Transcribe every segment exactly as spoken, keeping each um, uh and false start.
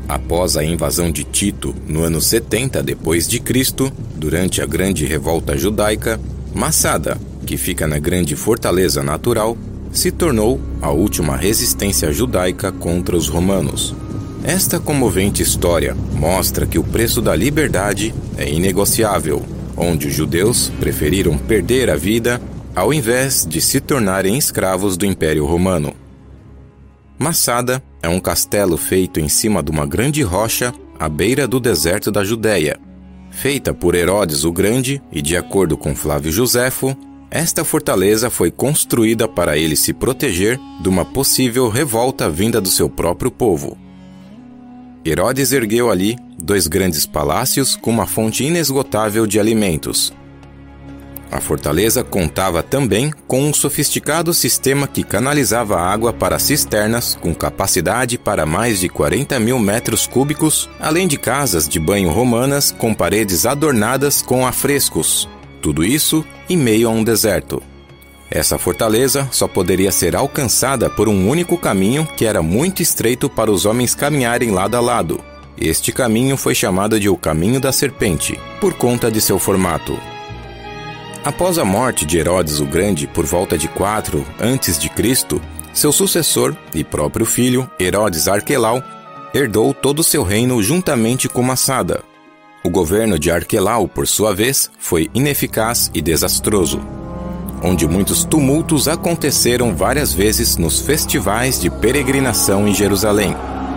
Após a invasão de Tito no ano setenta depois de Cristo, durante a Grande Revolta Judaica, Massada, que fica na Grande Fortaleza Natural, se tornou a última resistência judaica contra os romanos. Esta comovente história mostra que o preço da liberdade é inegociável, onde os judeus preferiram perder a vida ao invés de se tornarem escravos do Império Romano. Massada é um castelo feito em cima de uma grande rocha à beira do deserto da Judéia. Feita por Herodes o Grande e de acordo com Flávio Josefo, esta fortaleza foi construída para ele se proteger de uma possível revolta vinda do seu próprio povo. Herodes ergueu ali dois grandes palácios com uma fonte inesgotável de alimentos. A fortaleza contava também com um sofisticado sistema que canalizava água para cisternas com capacidade para mais de quarenta mil metros cúbicos, além de casas de banho romanas com paredes adornadas com afrescos. Tudo isso em meio a um deserto. Essa fortaleza só poderia ser alcançada por um único caminho que era muito estreito para os homens caminharem lado a lado. Este caminho foi chamado de o Caminho da Serpente, por conta de seu formato. Após a morte de Herodes o Grande por volta de quatro antes de Cristo, seu sucessor e próprio filho, Herodes Arquelau, herdou todo o seu reino juntamente com Massada. O governo de Arquelau, por sua vez, foi ineficaz e desastroso, onde muitos tumultos aconteceram várias vezes nos festivais de peregrinação em Jerusalém.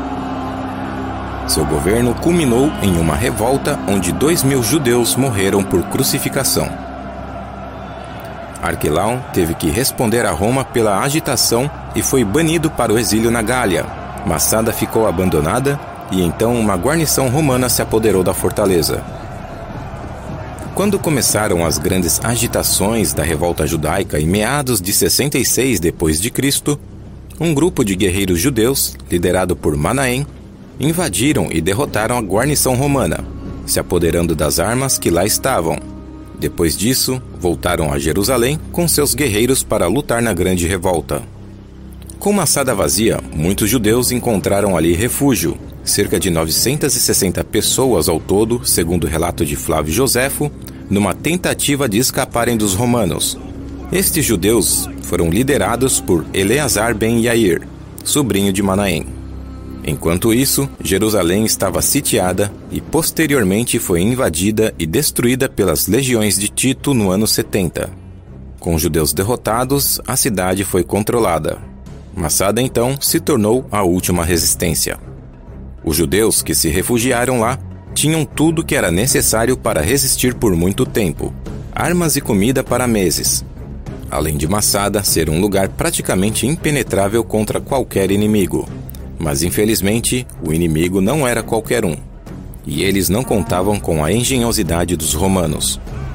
Seu governo culminou em uma revolta onde dois mil judeus morreram por crucificação. Arquelau teve que responder a Roma pela agitação e foi banido para o exílio na Gália. Massada ficou abandonada e então uma guarnição romana se apoderou da fortaleza. Quando começaram as grandes agitações da revolta judaica em meados de sessenta e seis depois de Cristo, um grupo de guerreiros judeus, liderado por Manaém, invadiram e derrotaram a guarnição romana, se apoderando das armas que lá estavam. Depois disso, voltaram a Jerusalém com seus guerreiros para lutar na grande revolta. Com Massada vazia, muitos judeus encontraram ali refúgio, cerca de novecentas e sessenta pessoas ao todo, segundo o relato de Flávio Josefo, numa tentativa de escaparem dos romanos. Estes judeus foram liderados por Eleazar ben Yair, sobrinho de Manaém. Enquanto isso, Jerusalém estava sitiada e posteriormente foi invadida e destruída pelas legiões de Tito no ano setenta. Com os judeus derrotados, a cidade foi controlada. Massada então se tornou a última resistência. Os judeus que se refugiaram lá tinham tudo que era necessário para resistir por muito tempo: armas e comida para meses. Além de Massada ser um lugar praticamente impenetrável contra qualquer inimigo. Mas infelizmente, o inimigo não era qualquer um, e eles não contavam com a engenhosidade dos romanos.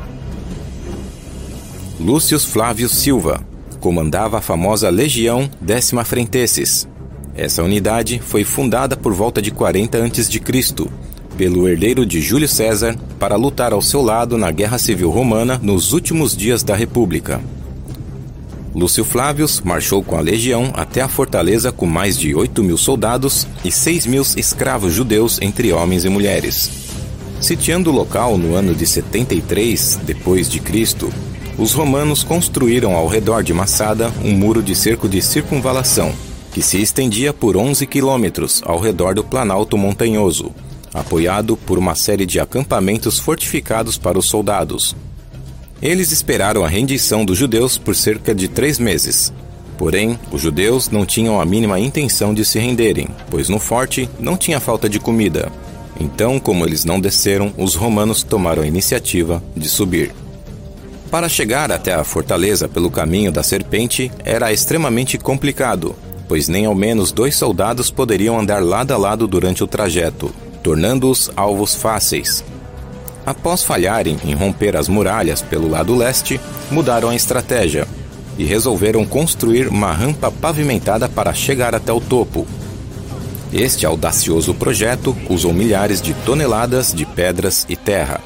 Lúcio Flávio Silva comandava a famosa Legião Décima Frenteses. Essa unidade foi fundada por volta de quarenta antes de Cristo, pelo herdeiro de Júlio César, para lutar ao seu lado na Guerra Civil Romana nos últimos dias da República. Lúcio Flávio marchou com a legião até a fortaleza com mais de oito mil soldados e seis mil escravos judeus entre homens e mulheres. Sitiando o local no ano de setenta e três depois de Cristo, os romanos construíram ao redor de Massada um muro de cerco de circunvalação, que se estendia por onze quilômetros ao redor do Planalto Montanhoso, apoiado por uma série de acampamentos fortificados para os soldados. Eles esperaram a rendição dos judeus por cerca de três meses. Porém, os judeus não tinham a mínima intenção de se renderem, pois no forte não tinha falta de comida. Então, como eles não desceram, os romanos tomaram a iniciativa de subir. Para chegar até a fortaleza pelo caminho da serpente era extremamente complicado, pois nem ao menos dois soldados poderiam andar lado a lado durante o trajeto, tornando-os alvos fáceis. Após falharem em romper as muralhas pelo lado leste, mudaram a estratégia e resolveram construir uma rampa pavimentada para chegar até o topo. Este audacioso projeto usou milhares de toneladas de pedras e terra.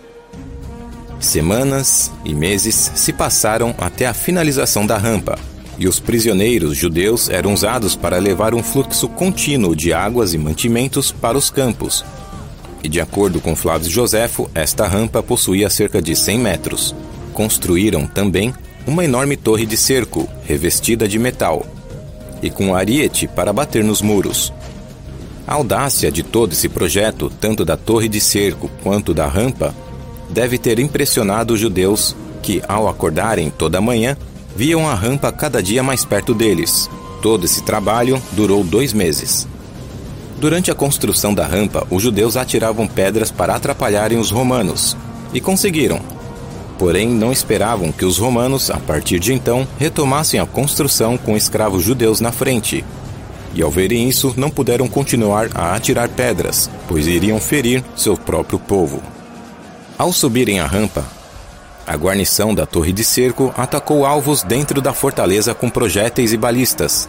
Semanas e meses se passaram até a finalização da rampa, e os prisioneiros judeus eram usados para levar um fluxo contínuo de águas e mantimentos para os campos. E de acordo com Flávio Joséfo, esta rampa possuía cerca de cem metros. Construíram também uma enorme torre de cerco, revestida de metal, e com ariete para bater nos muros. A audácia de todo esse projeto, tanto da torre de cerco quanto da rampa, deve ter impressionado os judeus que, ao acordarem toda manhã, viam a rampa cada dia mais perto deles. Todo esse trabalho durou dois meses. Durante a construção da rampa, os judeus atiravam pedras para atrapalharem os romanos, e conseguiram. Porém, não esperavam que os romanos, a partir de então, retomassem a construção com escravos judeus na frente. E ao verem isso, não puderam continuar a atirar pedras, pois iriam ferir seu próprio povo. Ao subirem a rampa, a guarnição da torre de cerco atacou alvos dentro da fortaleza com projéteis e balistas,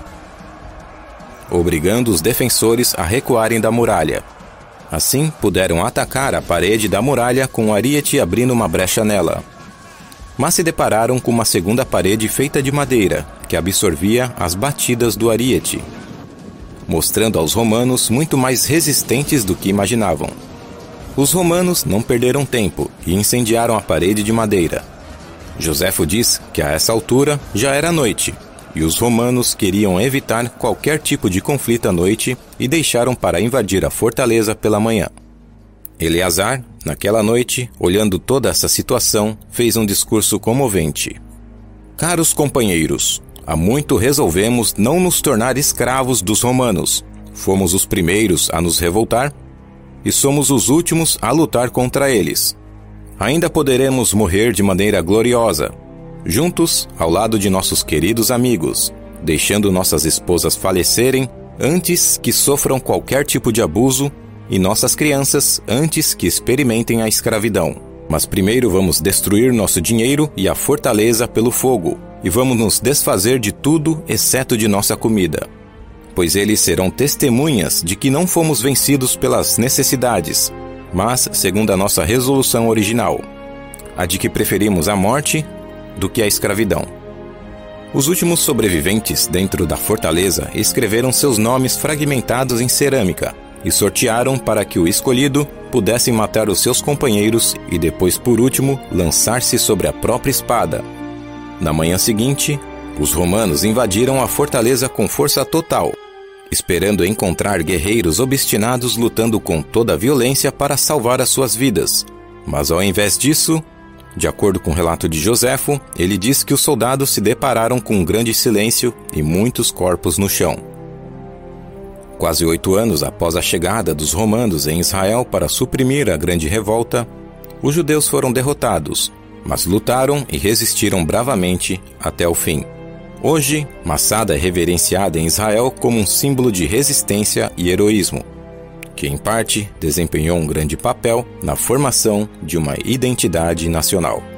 obrigando os defensores a recuarem da muralha. Assim, puderam atacar a parede da muralha com o ariete abrindo uma brecha nela. Mas se depararam com uma segunda parede feita de madeira, que absorvia as batidas do ariete, mostrando aos romanos muito mais resistentes do que imaginavam. Os romanos não perderam tempo e incendiaram a parede de madeira. Joséfo diz que a essa altura já era noite, e os romanos queriam evitar qualquer tipo de conflito à noite e deixaram para invadir a fortaleza pela manhã. Eleazar, naquela noite, olhando toda essa situação, fez um discurso comovente. Caros companheiros, há muito resolvemos não nos tornar escravos dos romanos. Fomos os primeiros a nos revoltar e somos os últimos a lutar contra eles. Ainda poderemos morrer de maneira gloriosa, juntos ao lado de nossos queridos amigos, deixando nossas esposas falecerem antes que sofram qualquer tipo de abuso e nossas crianças antes que experimentem a escravidão. Mas primeiro vamos destruir nosso dinheiro e a fortaleza pelo fogo, e vamos nos desfazer de tudo exceto de nossa comida, pois eles serão testemunhas de que não fomos vencidos pelas necessidades, mas segundo a nossa resolução original, a de que preferimos a morte do que a escravidão. Os últimos sobreviventes dentro da fortaleza escreveram seus nomes fragmentados em cerâmica e sortearam para que o escolhido pudesse matar os seus companheiros e depois, por último, lançar-se sobre a própria espada. Na manhã seguinte, os romanos invadiram a fortaleza com força total, esperando encontrar guerreiros obstinados lutando com toda a violência para salvar as suas vidas. Mas ao invés disso, de acordo com o relato de Joséfo, ele diz que os soldados se depararam com um grande silêncio e muitos corpos no chão. Quase oito anos após a chegada dos romanos em Israel para suprimir a grande revolta, os judeus foram derrotados, mas lutaram e resistiram bravamente até o fim. Hoje, Massada é reverenciada em Israel como um símbolo de resistência e heroísmo, que em parte desempenhou um grande papel na formação de uma identidade nacional.